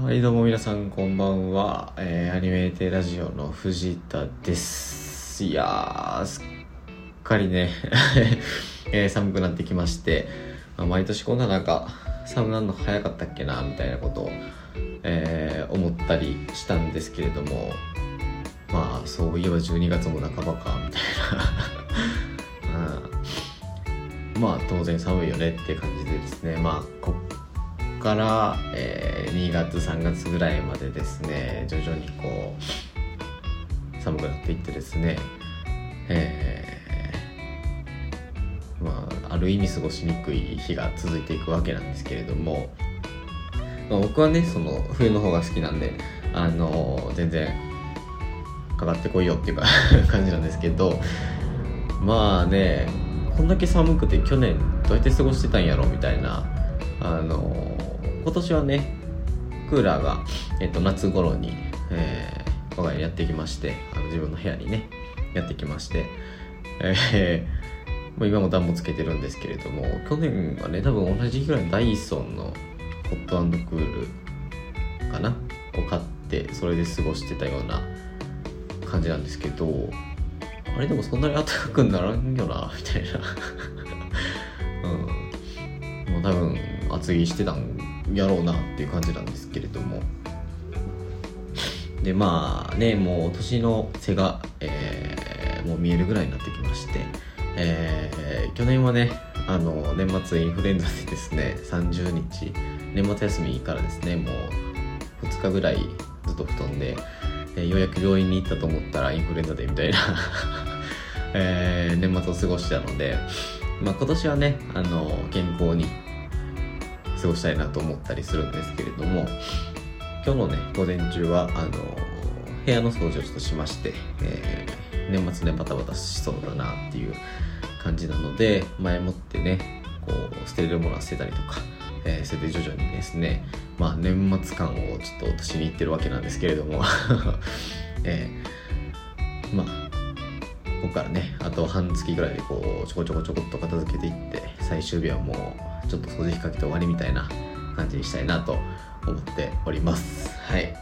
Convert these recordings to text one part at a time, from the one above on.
はい、どうも皆さんこんばんは、アニメーテラジオの藤田です。いやー、すっかりね、寒くなってきまして、毎年こんな寒くなるの早かったっけなみたいなことを、思ったりしたんですけれども、そういえば12月も半ばかみたいな、当然寒いよねっていう感じでですね、こっから、2月3月ぐらいまでですね、徐々にこう寒くなっていってですね、ある意味過ごしにくい日が続いていくわけなんですけれども、僕はねその冬の方が好きなんで全然かかってこいよっていうか感じなんですけど、こんだけ寒くて去年どうやって過ごしてたんやろみたいな、今年はねクーラーが、夏頃に、我が家にやってきまして、自分の部屋にねやってきまして、今も暖房つけてるんですけれども、去年はね多分同じぐらいのダイソンのホット&クールかなを買ってそれで過ごしてたような感じなんですけど、あれでもそんなに暖かくならんよなみたいなもう多分厚着してたんやろうなっていう感じなんですけれども、でもう年の瀬が、もう見えるぐらいになってきまして、去年はね年末インフルエンザでですね30日年末休みからですねもう2日ぐらいずっと布団で、ようやく病院に行ったと思ったらインフルエンザでみたいな、年末を過ごしたので、今年はね健康に過ごしたいなと思ったりするんですけれども、今日のね午前中は部屋の掃除をちょっとしまして、年末ねバタバタしそうだなっていう感じなので、前もってねこう捨てれるものは捨てたりとか、それで徐々にですね年末感をちょっと落としにいってるわけなんですけれどもここからねあと半月ぐらいでこうちょこちょこっと片付けていって、最終日はもうちょっと掃除機かけて終わりみたいな感じにしたいなと思っております。はい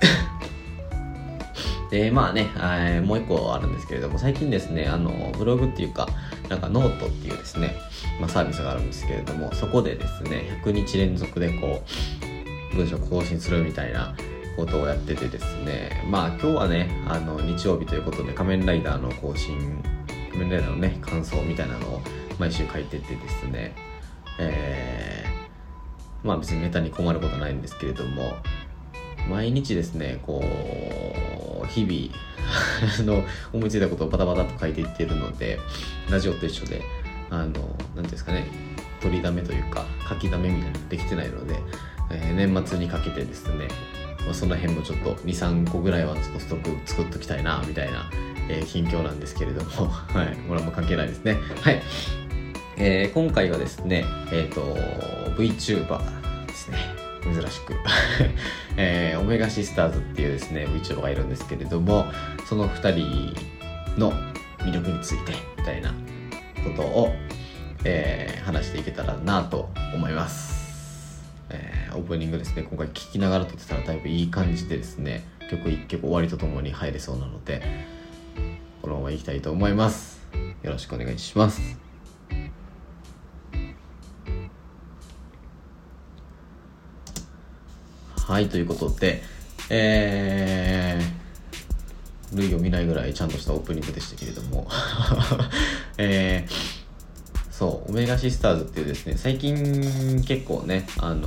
でもう一個あるんですけれども、最近ですねブログっていうかノートっていうですね、サービスがあるんですけれども、そこでですね100日連続でこう文章更新するみたいなことをやっててですね、今日はね日曜日ということで仮面ライダーの更新、仮面ライダーのね感想みたいなのを毎週書いててですね、別にネタに困ることはないんですけれども、毎日ですねこう日々思いついたことをバタバタと書いていっているので、ラジオと一緒でなんていうんですかね、取りだめというか書きだめみたいなのできてないので、年末にかけてですね、その辺もちょっと 2,3 個ぐらいはちょっとストック作っときたいなみたいな、近況なんですけれどもはい、これはもう関係ないですね。はい、今回はですねVTuber ですね、珍しくオメガシスターズっていうですね VTuber がいるんですけれども、その2人の魅力についてみたいなことを、話していけたらなと思います。オープニングですね、今回聴きながら撮ってたらだいぶいい感じでですね、曲1曲終わりとともに入れそうなので、このままいきたいと思います。よろしくお願いします。はい、ということで、類を見ないぐらいちゃんとしたオープニングでしたけれどもオメガシスターズっていうですね、最近結構ね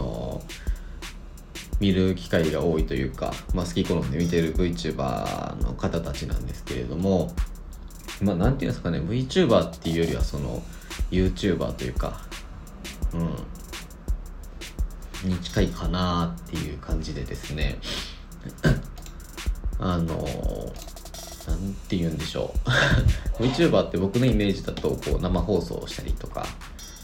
見る機会が多いというか、好き好んで見てる VTuber の方たちなんですけれども、なんていうんですかね、 VTuber っていうよりはその YouTuber というかに近いかなっていう感じでですねなんて言うんでしょうVTuber って僕のイメージだとこう生放送をしたりとか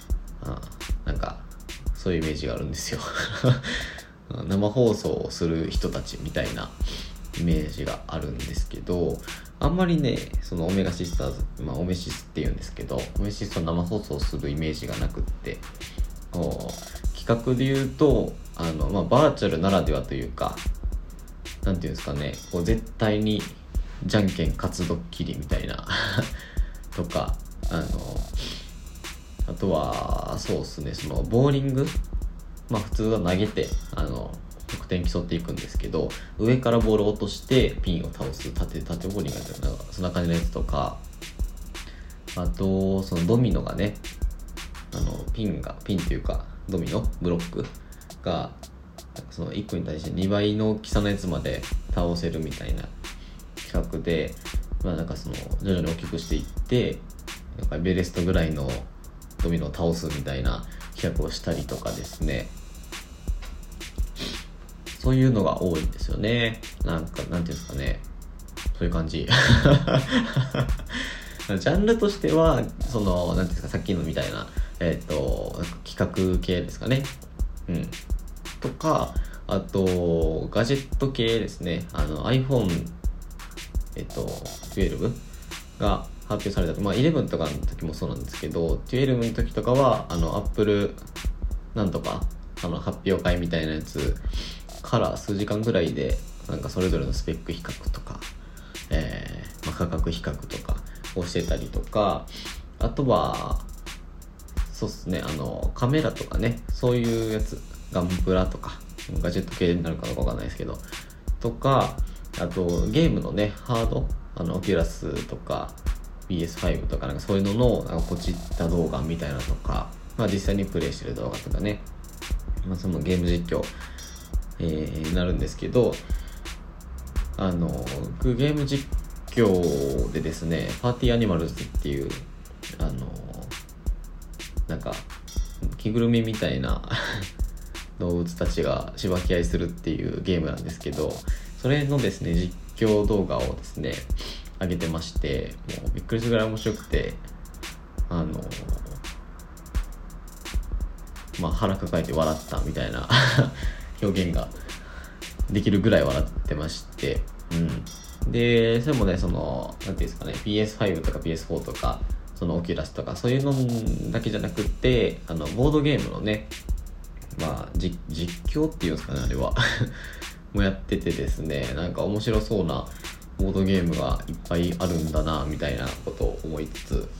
そういうイメージがあるんですよ生放送をする人たちみたいなイメージがあるんですけど、あんまりねそのオメガシスターズ、オメシスっていうんですけど、オメシスと生放送をするイメージがなくって、企画で言うとバーチャルならではというか、なんていうんですかね、こう絶対にじゃんけん勝つドッキリみたいなとか、あとはそうですね、そのボーリング、普通は投げて得点競っていくんですけど、上からボールを落としてピンを倒す縦ボーリングとか、そんな感じのやつとか、あとそのドミノがね、ピンっていうかドミノブロックがその1個に対して2倍の大きさのやつまで倒せるみたいな企画で、なんかその徐々に大きくしていって、やっぱりベレストぐらいのドミノを倒すみたいな企画をしたりとかですね、そういうのが多いんですよね。なんていうんですかね、そういう感じジャンルとしてはそのなんていうんですか、さっきのみたいな企画系ですかね、とか、あとガジェット系ですね。iPhone 12が発表されたと、11とかの時もそうなんですけど、12の時とかはApple なんとか発表会みたいなやつから数時間ぐらいでなんかそれぞれのスペック比較とか、価格比較とかをしてたりとか、あとはそうですね、カメラとかね、そういうやつ、ガンプラとかガジェット系になるかどうかわかんないですけどとか、あとゲームのねハード、オキュラスとか PS5 とかなんかそういうののなんかポチった動画みたいなとか、実際にプレイしてる動画とかね、そのゲーム実況、になるんですけど、僕ゲーム実況でですね、パーティーアニマルズっていうなんか着ぐるみみたいな動物たちがしばき合いするっていうゲームなんですけど、それのですね実況動画をですね上げてまして、もうびっくりするぐらい面白くて、腹抱えて笑ったみたいな表現ができるぐらい笑ってまして、でそれもね、そのなんていうんですかね、 PS5 とか PS4 とかそのオキュラスとかそういうのだけじゃなくってボードゲームのね、実況っていうんですかね、あれはもやっててですね、なんか面白そうなボードゲームがいっぱいあるんだなみたいなことを思いつつ、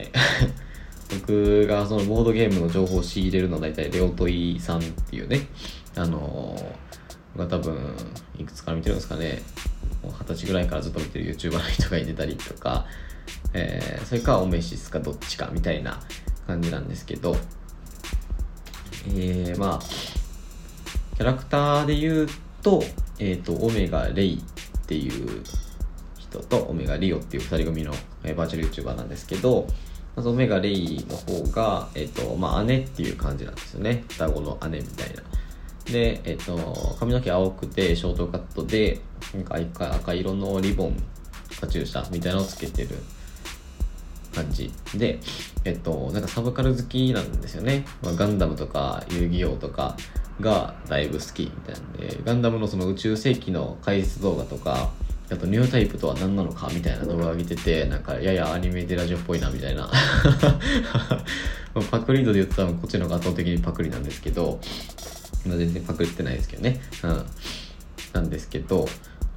僕がそのボードゲームの情報を仕入れるのは大体レオトイさんっていうね、が多分いくつから見てるんですかね、もう20歳ぐらいからずっと見てる YouTuber の人がいてたりとか、それかオメシスかどっちかみたいな感じなんですけど、キャラクターで言うと、オメガレイっていう人とオメガリオっていう2人組の、バーチャル YouTuber なんですけど、まずオメガレイの方が、姉っていう感じなんですよね、双子の姉みたいな。で、髪の毛青くてショートカットでなんか赤色のリボンカチューシャみたいなのをつけてる感じで、なんかサブカル好きなんですよね。ガンダムとか遊戯王とかがだいぶ好きみたいなんで、ガンダムのその宇宙世紀の解説動画とか、あとニュータイプとは何なのかみたいな動画を上げてて、なんかややアニメでラジオっぽいなみたいなパクリ度で言うと多分こっちの方が圧倒的にパクリなんですけど、全然パクってないですけどね、なんですけど、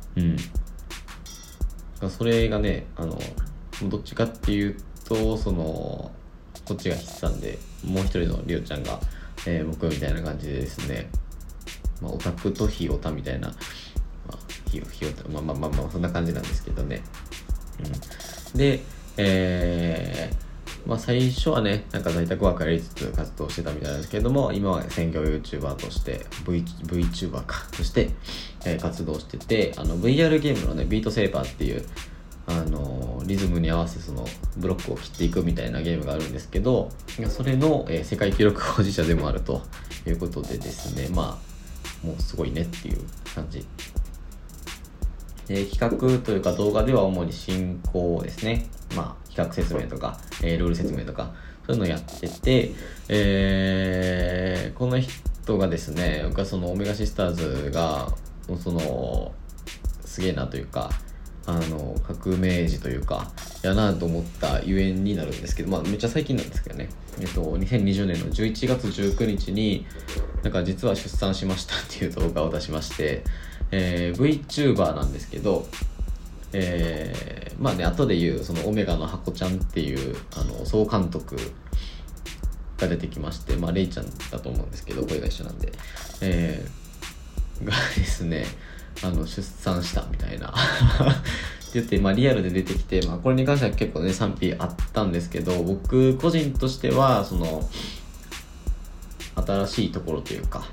それがね、どっちかっていうとそのこっちが筆算で、もう一人のリオちゃんが、僕みたいな感じでですね、オタクとヒオタみたいな、ヒオタそんな感じなんですけどね、で、最初はね、なんか在宅ワークやりつつ活動してたみたいなんですけれども、今は専業 YouTuber として VTuber として、活動してて、VR ゲームのねビートセーバーっていうリズムに合わせそのブロックを切っていくみたいなゲームがあるんですけど、それの、世界記録保持者でもあるということでですね、もうすごいねっていう感じ。企画というか動画では主に進行ですね、企画説明とか、ルール説明とかそういうのをやってて、この人がですね、僕はそのオメガシスターズがそのすげえなというか、 革命児というかやなと思ったゆえんになるんですけど、めっちゃ最近なんですけどね、2020年の11月19日になんか実は出産しましたっていう動画を出しまして、VTuber なんですけど、後で言うそのオメガのハコちゃんっていう総監督が出てきまして、レイちゃんだと思うんですけど声が一緒なんで、がですね出産したみたいなって言って、リアルで出てきて、これに関しては結構ね賛否あったんですけど、僕個人としてはその新しいところというか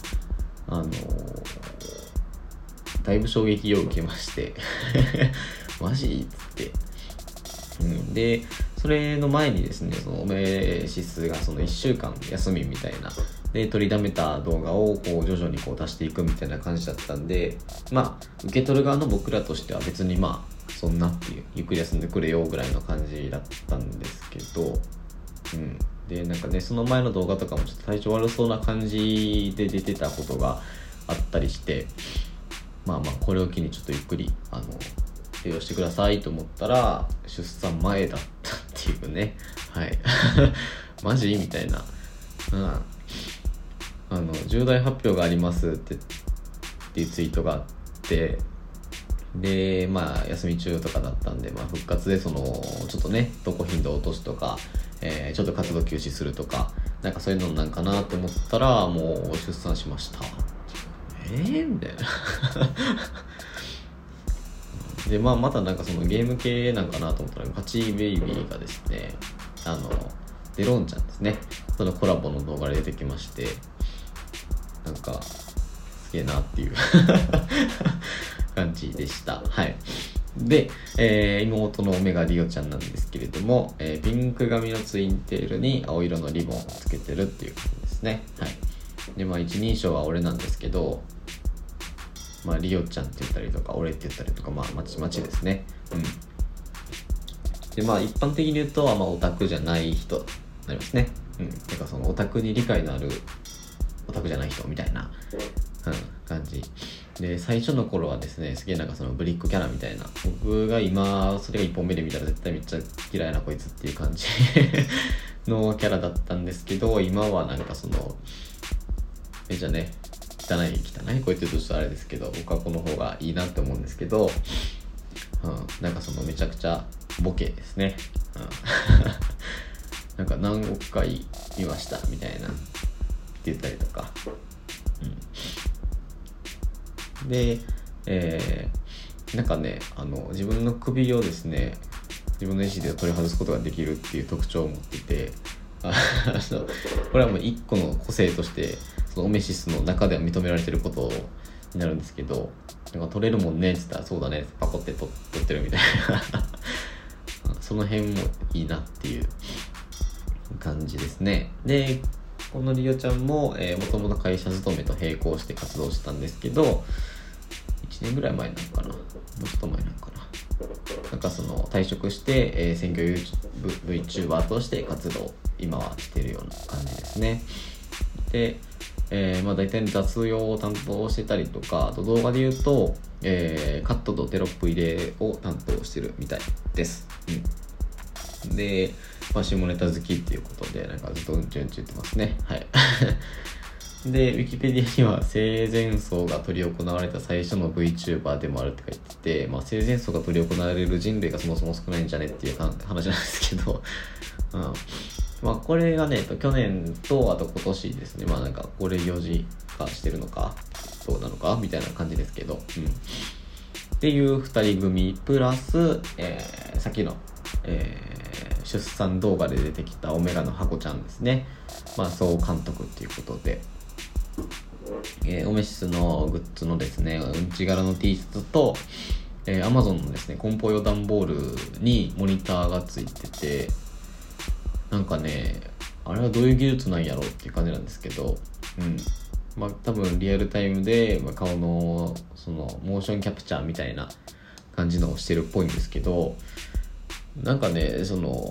だいぶ衝撃を受けましてマジっつって、でそれの前にですね、そのオメシスがその1週間休みみたいなで取りだめた動画をこう徐々にこう出していくみたいな感じだったんで、受け取る側の僕らとしては別にそんなっていう、ゆっくり休んでくれよぐらいの感じだったんですけど、でなんかね、その前の動画とかもちょっと体調悪そうな感じで出てたことがあったりして、これを機にちょっとゆっくり療養してくださいと思ったら出産前だったっていうね、はいマジみたいな、重大発表がありますっていうツイートがあって、で休み中とかだったんで、復活でそのちょっとね渡航頻度を落とすとか、ちょっと活動休止するとか、なんかそういうのなんかなと思ったらもう出産しましたみたいなでまたなんかそのゲーム系なんかなと思ったらガチベイビーがですね、デロンちゃんですね、そのコラボの動画で出てきまして、なんかすげえなっていう感じでした。はい。で、妹のオメガリオちゃんなんですけれども、ピンク髪のツインテールに青色のリボンをつけてるっていう感じですね。はい。で一人称は俺なんですけど、リオちゃんって言ったりとか俺って言ったりとかまちまちですね。で一般的に言うとオタクじゃない人になりますね。てかそのオタクに理解のあるオタクじゃない人みたいな、感じで、最初の頃はですね、すげえなんかそのブリックキャラみたいな、僕が今それが1本目で見たら絶対めっちゃ嫌いなこいつっていう感じのキャラだったんですけど、今はなんかそのめっちゃね汚いこう言ってるとちょっとあれですけど、僕はこの方がいいなって思うんですけど、なんかそのめちゃくちゃボケですね、なんか何億回見ましたみたいなって言ったりとか、で、なんかね自分の首をですね自分の意思で取り外すことができるっていう特徴を持っていて、これはもう一個の個性としてそのオメシスの中では認められてることになるんですけど、なんか取れるもんねって言ったらそうだねパコって取ってるみたいなその辺もいいなっていう感じですね。でこのリオちゃんももともと会社勤めと並行して活動してたんですけど、1年ぐらい前なのかな、もうちょっと前なのかな、なんかその退職して、専業 VTuber として活動今はしているような感じですね。で、大体雑用を担当してたりとか、あと動画で言うと、カットとテロップ入れを担当してるみたいです。で、下ネタ好きっていうことでなんかずっとうんちゅんちゅ言ってますね。はいで、ウィキペディアには生前葬が執り行われた最初の VTuber でもあるって書いてて、生前葬が執り行われる人類がそもそも少ないんじゃねっていう話なんですけど、これがね、去年とあと今年ですね、なんかこれ行事化してるのかどうなのかみたいな感じですけど、っていう2人組プラス、さっきの、出産動画で出てきたオメガのハコちゃんですね、総監督っていうことで、オメシスのグッズのですね、うんち柄の T シャツと、Amazon のですね梱包用段ボールにモニターがついてて、なんかねあれはどういう技術なんやろうっていう感じなんですけど、多分リアルタイムで、顔のそのモーションキャプチャーみたいな感じのをしてるっぽいんですけど、なんかねその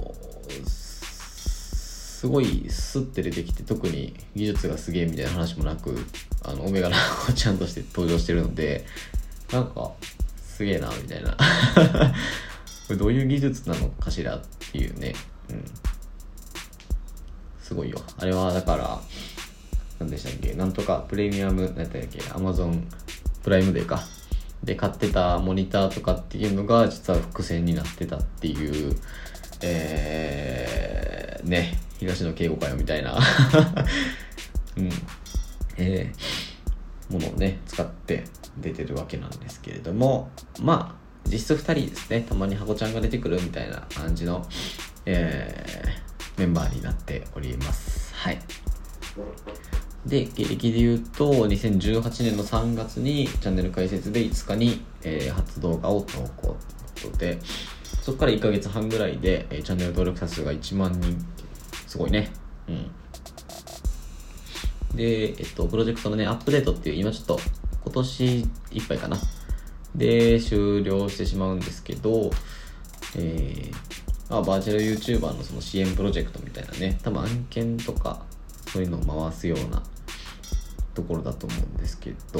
すごいスッて出てきて、特に技術がすげえみたいな話もなく、オメガのちゃんとして登場してるので、なんかすげえなみたいなこれどういう技術なのかしらっていうね、すごいよ。あれはだから何でしたっけ、なんとかプレミアムなんだっけ、Amazon プライムデーかで買ってたモニターとかっていうのが実は伏線になってたっていうね、東野圭吾かよみたいなものをね使って出てるわけなんですけれども、まあ実質2人ですね、たまにハコちゃんが出てくるみたいな感じの、メンバーになっております。はい。で、経歴で言うと2018年の3月にチャンネル開設で5日に、初動画を投稿ということで、そこから1ヶ月半ぐらいで、チャンネル登録者数が1万人、すごいね。で、プロジェクトのね、アップデートっていう、今ちょっと今年いっぱいかなで終了してしまうんですけど、バーチャル YouTuber のその支援プロジェクトみたいなね、多分案件とかそういうのを回すようなところだと思うんですけど、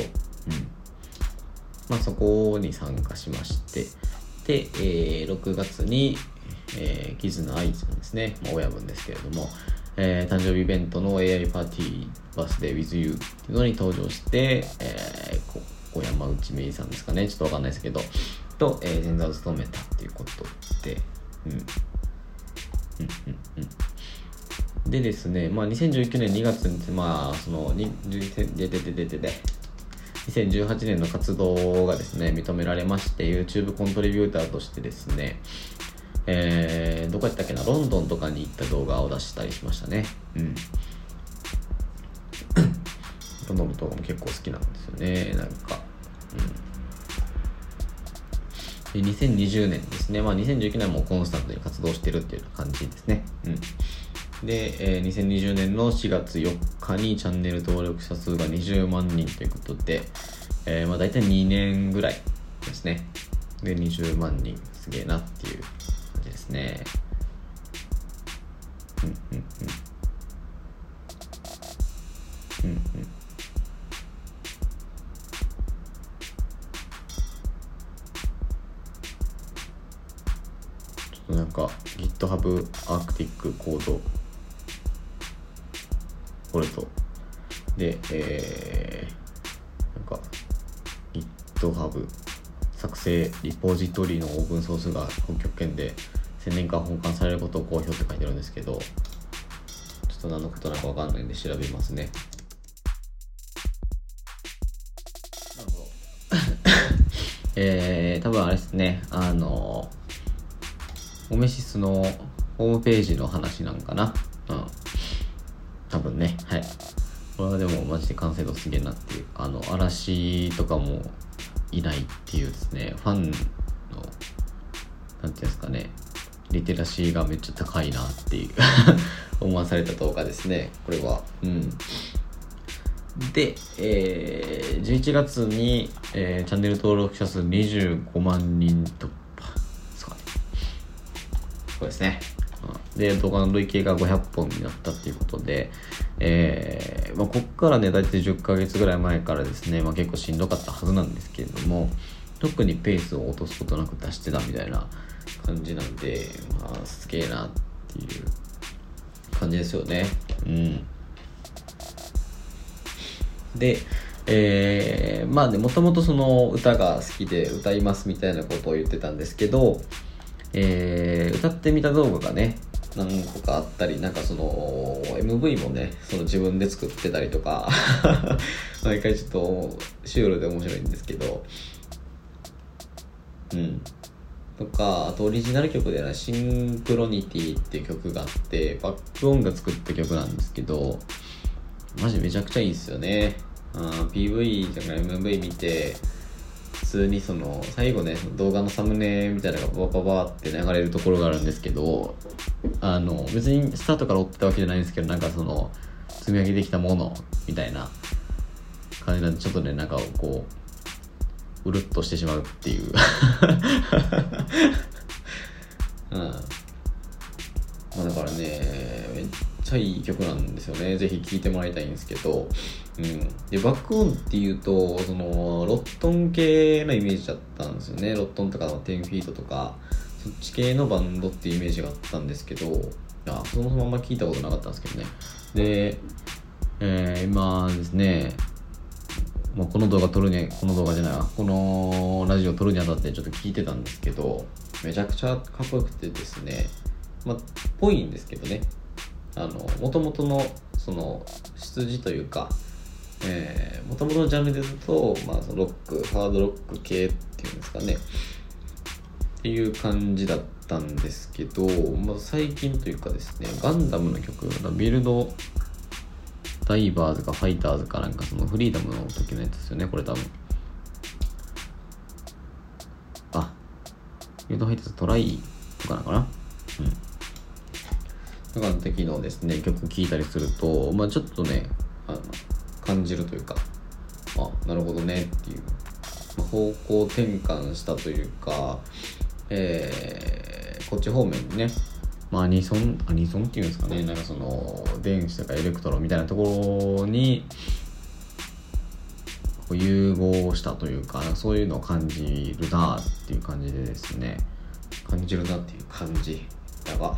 そこに参加しまして、で、6月に、キズナアイちゃんですね、親分ですけれども、誕生日イベントの AI パーティーバースデー with you っていうのに登場して、小山内芽衣さんですかね、ちょっとわかんないですけどと、前座を務めたっていうことで、でですね、2019年2月にその2018年の活動がですね認められまして、 YouTube コントリビューターとしてですね、どこやったっけな、ロンドンとかに行った動画を出したりしましたね。ロンドンの動画も結構好きなんですよね、なんか。で2020年ですね、2019年もコンスタントに活動してるっていう感じですね。で、2020年の4月4日にチャンネル登録者数が20万人ということで、だいたい2年ぐらいですね。で20万人すげえなっていう感じですね。ちょっとなんか GitHub アークティックコードこれとで、なんか GitHub 作成リポジトリのオープンソースが北極圏で1000年間保管されることを公表って書いてるんですけど、ちょっと何のことなのかわかんないんで調べますね。なるほど。多分あれですね、オメシスのホームページの話なんかな。多分ね、はい。これはでもマジで完成度すげえなっていう、嵐とかもいないっていうですね、ファンのなんていうんですかね、リテラシーがめっちゃ高いなっていう思わされた動画ですね、これは。で、11月に、チャンネル登録者数25万人突破。そうですね。で、動画の累計が500本になったっていうことで、こっからね、だいたい10ヶ月ぐらい前からですね、結構しんどかったはずなんですけれども、特にペースを落とすことなく出してたみたいな感じなんで、すげえなっていう感じですよね。で、もともとその歌が好きで歌いますみたいなことを言ってたんですけど、歌ってみた動画がね何個かあったり、なんかその MV もねその自分で作ってたりとか毎回ちょっとシュールで面白いんですけど、とか、あとオリジナル曲でシンクロニティっていう曲があって、バックオンが作った曲なんですけど、マジめちゃくちゃいいんですよね。PV とか MV 見て普通にその最後ね動画のサムネみたいなのがバババって流れるところがあるんですけど、別にスタートから追ってたわけじゃないんですけど、なんかその積み上げてきたものみたいな感じなんで、ちょっとねなんかこううるっとしてしまうっていうだからねめっちちゃいい曲なんですよね。ぜひ聴いてもらいたいんですけど、でバックオンっていうとそのロットン系のイメージだったんですよね。ロットンとか10フィートとかそっち系のバンドっていうイメージがあったんですけど、そもそもあんま聞いたことなかったんですけどね。で、今ですね、もうこの動画撮るにこのラジオ撮るにあたってちょっと聞いてたんですけど、めちゃくちゃかっこよくてですね、ぽいんですけどね、元々のその出自というか、元々のジャンルで言うと、そのロック、ハードロック系っていうんですかねっていう感じだったんですけど、最近というかですね、ガンダムの曲、ビルドダイバーズかファイターズかなんかそのフリーダムの時のやつですよね、これ多分。ビルドファイターズトライとかなのかな。だからの時のですね、曲聴いたりすると、ちょっとね、感じるというか、なるほどねっていう、方向転換したというか、こっち方面にね、アニソンっていうんですかね、なんかその電子とかエレクトロみたいなところにこう融合したというか、そういうのを感じるなっていう感じでですね、感じるなっていう感じだが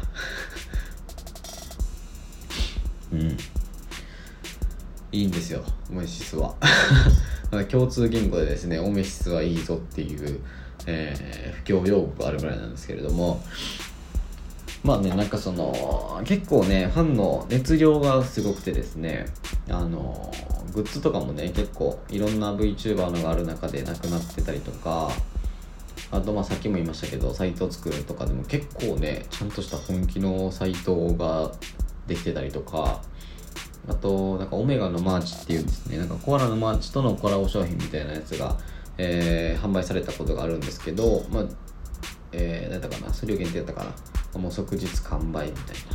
いいんですよ、オメシスは共通言語でですね、オメシスはいいぞっていう、不協用語があるぐらいなんですけれども、なんかその結構ね、ファンの熱量がすごくてですね、グッズとかもね、結構いろんな VTuber のがある中でなくなってたりとか、あとさっきも言いましたけど、サイトを作るとかでも結構ね、ちゃんとした本気のサイトができてたりとか、あとなんかオメガのマーチっていうんですね、なんかコアラのマーチとのコラボ商品みたいなやつが、販売されたことがあるんですけど、何だったかな、数量限定だったかな、もう即日完売みたい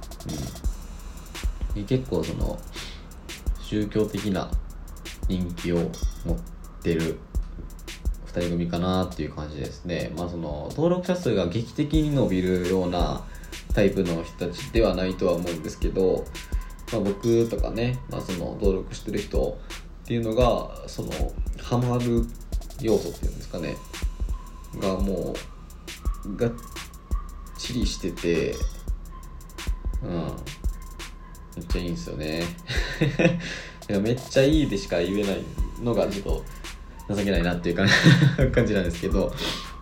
な、結構その宗教的な人気を持ってる2人組かなっていう感じですね。その登録者数が劇的に伸びるようなタイプの人たちではないとは思うんですけど、僕とかね、その登録してる人っていうのがそのハマる要素っていうんですかねがもうがっちりしてて、めっちゃいいんですよねめっちゃいいでしか言えないのがちょっと情けないなっていう感じなんですけど、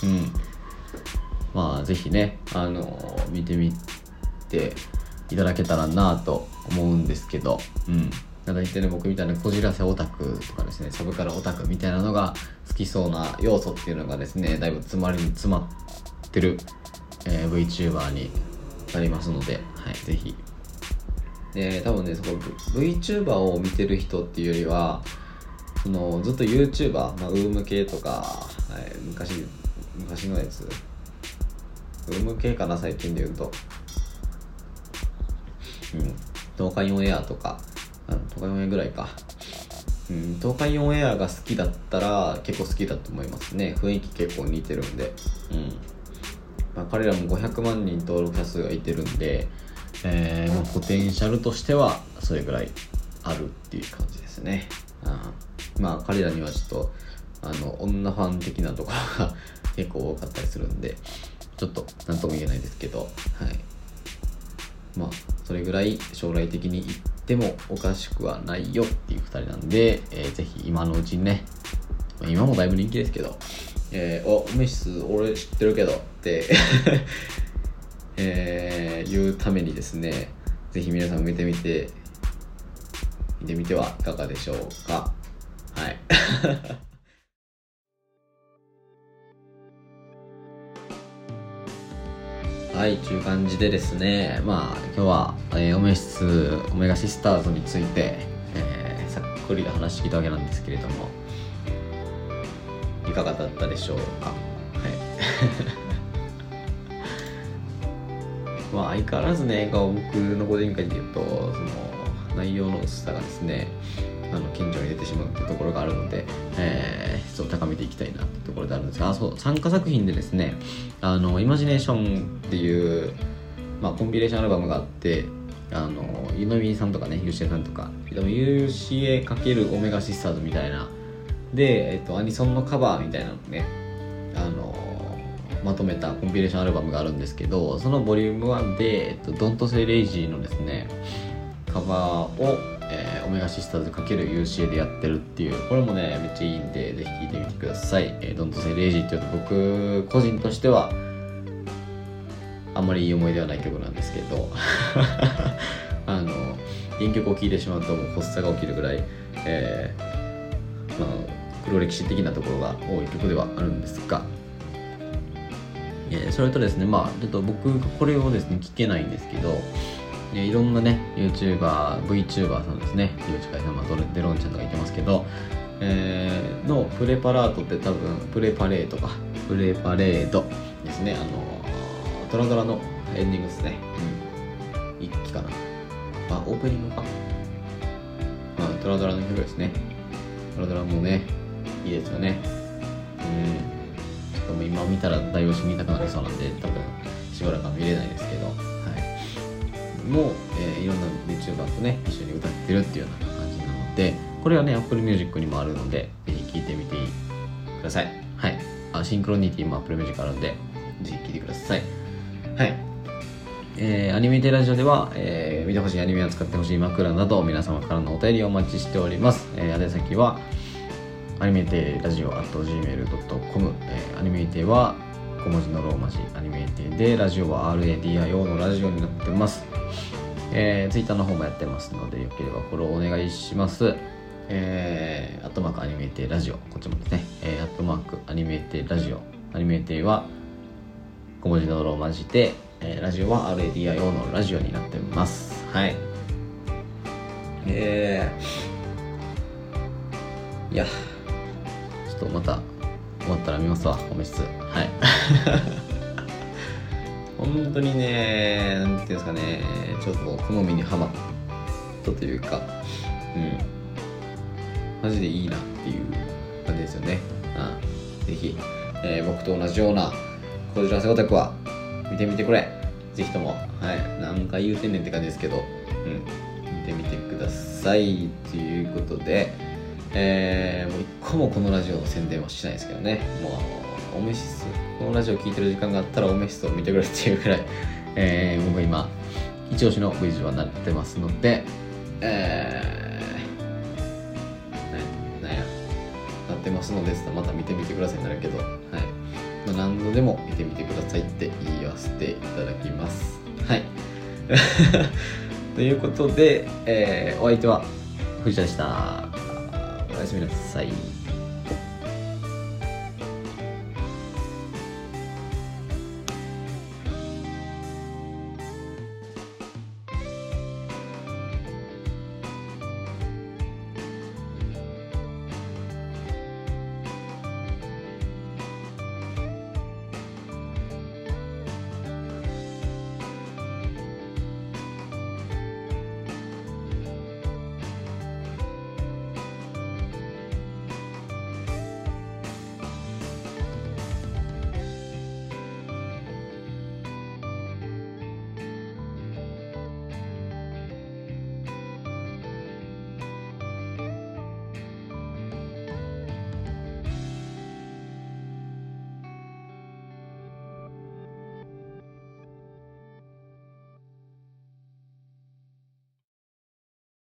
ぜひね、見てみていただけたらなと思うんですけど、大体ね、僕みたいなこじらせオタクとかですね、サブカルオタクみたいなのが好きそうな要素っていうのがですね、だいぶ詰まってる、VTuber になりますので、ぜひ。で、多分ね、そこ VTuber を見てる人っていうよりは、そのずっと YouTuber、ウーム系とか、昔のやつ、ウーム系かな、最近で言うと、東海オンエアとか、東海オンエアぐらいか、東海オンエアが好きだったら結構好きだと思いますね。雰囲気結構似てるんで、彼らも500万人登録者数がいてるんで、ポテンシャルとしてはそれぐらいあるっていう感じですね。彼らにはちょっと女ファン的なところが結構多かったりするんで、ちょっと何とも言えないですけど、それぐらい将来的に行ってもおかしくはないよっていう2人なんで、ぜひ今のうちにね、今もだいぶ人気ですけど、オメシス俺知ってるけどって言うためにですね、ぜひ皆さん見てみてはいかがでしょうか。という感じでですね、今日は、オメガシスターズについて、さっくりと話聞いたわけなんですけれども、いかがだったでしょうか。相変わらずね、僕の個人会で言うと、その内容の薄さがですね、顕著に出てしまうというところがあるので、質を高めていきたいなというところであるんですが、参加作品でですね、イマジネーションっていう、コンピレーションアルバムがあって、 湯飲みさんとかね、UCA さんとか、でも UCA× オメガシスターズみたいなで、アニソンのカバーみたいなのね、まとめたコンピレーションアルバムがあるんですけど、そのボリューム1で、Don't Say Lazy のですねカバーを、オメガシスターズ ×UCA でやってるっていう、これもねめっちゃいいんでぜひ聴いてみてください。Don't Say Lazy っていうと僕個人としてはあんまりいい思い出はない曲なんですけど原曲を聴いてしまうともう発作が起きるぐらい、黒歴史的なところが多い曲ではあるんですが、それとですね、ちょっと僕これをですね聞けないんですけど、いろんなね YouTuber、VTuber さんですね、井口海さん、デロンちゃんとか言ってますけど、のプレパラートって多分プレパレードですね、トラドラのエンディングですね、一期かな、オープニングか、トラドラの曲ですね。トラドラもねいいですよね。ちょっともう今見たら大押し見たくなりそうなんで多分しばらくは見れないですけど、もう、いろんな VTuber とね一緒に歌ってるっていうような感じなので、これはね Apple Music にもあるのでぜひ聴いてみてください。シンクロニティも Apple Music あるんでぜひ聴いてください。アニメテラジオでは、見てほしいアニメを使ってほしい枕など皆様からのお便りをお待ちしております。宛先はアニメテラジオ @gmail.com、アニメテは小文字のローマ字アニメテで、ラジオは RADIO のラジオになってます。Twitter の方もやってますのでよければフォローお願いします。アットマークアニメテラジオ、こっちもですね、アットマークアニメテラジオ、アニメテは小文字のローマ字で、ラジオは RADIO のラジオになってます。いやちょっとまた終わったら見ますわ、ホメ室。本当にね、なんていうんですかね、ちょっと好みにハマったというか、マジでいいなっていう感じですよね。ぜひ、僕と同じようなこじらせオタクは見てみてくれ。ぜひとも、何回言うてんねんって感じですけど、見てみてくださいということで、もう一個もこのラジオの宣伝はしないですけどね、もうオメシス、このラジオ聞いてる時間があったらオメシスを見てくれっていうくらい、僕今一押しの VTuber になってますので、なってますのでまた見てみてくださいになるけど、何度でも見てみてくださいって言わせていただきます。ということで、お相手は藤田でした。おやすみなさい。